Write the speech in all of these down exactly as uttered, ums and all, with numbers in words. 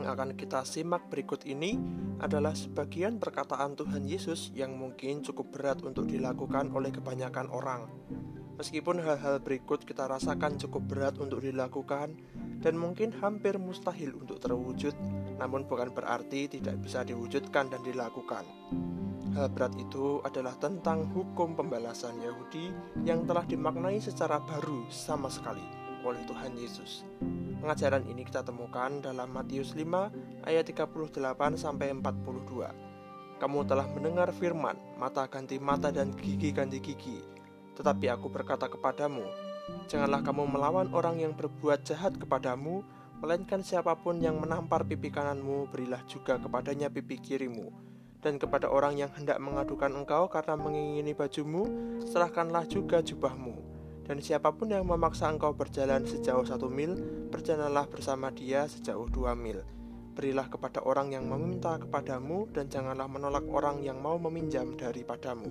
yang akan kita simak berikut ini adalah sebagian perkataan Tuhan Yesus yang mungkin cukup berat untuk dilakukan oleh kebanyakan orang. Meskipun hal-hal berikut kita rasakan cukup berat untuk dilakukan dan mungkin hampir mustahil untuk terwujud, namun bukan berarti tidak bisa diwujudkan dan dilakukan. Hal berat itu adalah tentang hukum pembalasan Yahudi yang telah dimaknai secara baru sama sekali oleh Tuhan Yesus. Pengajaran ini kita temukan dalam Matius lima ayat tiga puluh delapan sampai empat puluh dua. Kamu telah mendengar firman, mata ganti mata dan gigi ganti gigi. Tetapi aku berkata kepadamu, janganlah kamu melawan orang yang berbuat jahat kepadamu, melainkan siapapun yang menampar pipi kananmu, berilah juga kepadanya pipi kirimu. Dan kepada orang yang hendak mengadukan engkau karena mengingini bajumu, serahkanlah juga jubahmu. Dan siapapun yang memaksa engkau berjalan sejauh satu mil, berjalanlah bersama dia sejauh dua mil. Berilah kepada orang yang meminta kepadamu, dan janganlah menolak orang yang mau meminjam daripadamu.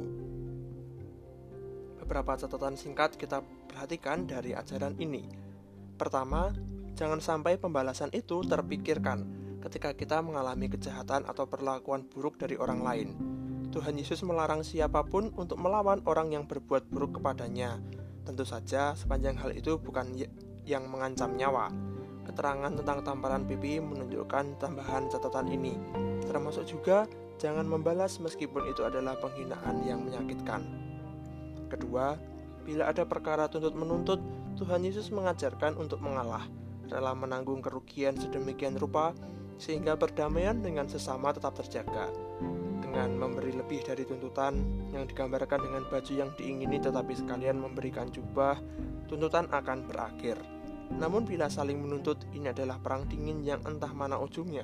Beberapa catatan singkat kita perhatikan dari ajaran ini. Pertama, jangan sampai pembalasan itu terpikirkan ketika kita mengalami kejahatan atau perlakuan buruk dari orang lain. Tuhan Yesus melarang siapapun untuk melawan orang yang berbuat buruk kepadanya. Tentu saja sepanjang hal itu bukan yang mengancam nyawa. Keterangan tentang tamparan pipi menunjukkan tambahan catatan ini. Termasuk juga jangan membalas meskipun itu adalah penghinaan yang menyakitkan. Kedua, bila ada perkara tuntut menuntut, Tuhan Yesus mengajarkan untuk mengalah, rela menanggung kerugian sedemikian rupa sehingga perdamaian dengan sesama tetap terjaga. Dengan memberi lebih dari tuntutan yang digambarkan dengan baju yang diingini tetapi sekalian memberikan jubah, tuntutan akan berakhir. Namun bila saling menuntut, ini adalah perang dingin yang entah mana ujungnya.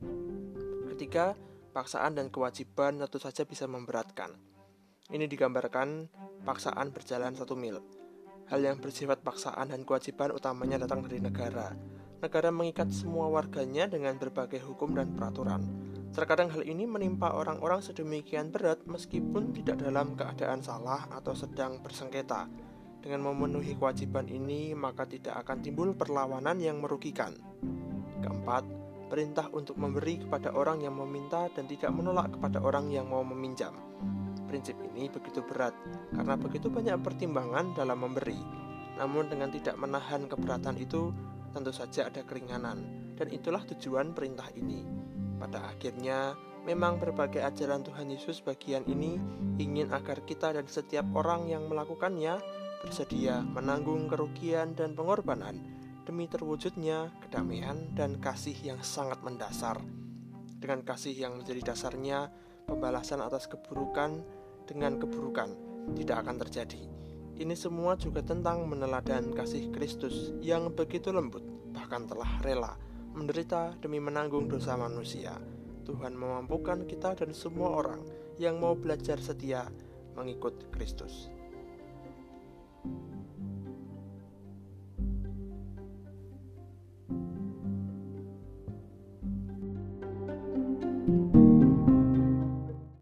Ketiga, paksaan dan kewajiban tentu saja bisa memberatkan. Ini digambarkan paksaan berjalan satu mil. Hal yang bersifat paksaan dan kewajiban utamanya datang dari negara. Negara mengikat semua warganya dengan berbagai hukum dan peraturan. Terkadang hal ini menimpa orang-orang sedemikian berat meskipun tidak dalam keadaan salah atau sedang bersengketa. Dengan memenuhi kewajiban ini, maka tidak akan timbul perlawanan yang merugikan. Keempat, perintah untuk memberi kepada orang yang meminta dan tidak menolak kepada orang yang mau meminjam. Prinsip ini begitu berat karena begitu banyak pertimbangan dalam memberi. Namun dengan tidak menahan keberatan itu, tentu saja ada keringanan, dan itulah tujuan perintah ini. Pada akhirnya, memang berbagai ajaran Tuhan Yesus bagian ini ingin agar kita dan setiap orang yang melakukannya bersedia menanggung kerugian dan pengorbanan demi terwujudnya kedamaian dan kasih yang sangat mendasar. Dengan kasih yang menjadi dasarnya, pembalasan atas keburukan dengan keburukan tidak akan terjadi. Ini semua juga tentang meneladan kasih Kristus yang begitu lembut, bahkan telah rela menderita demi menanggung dosa manusia. Tuhan memampukan kita dan semua orang yang mau belajar setia mengikut Kristus.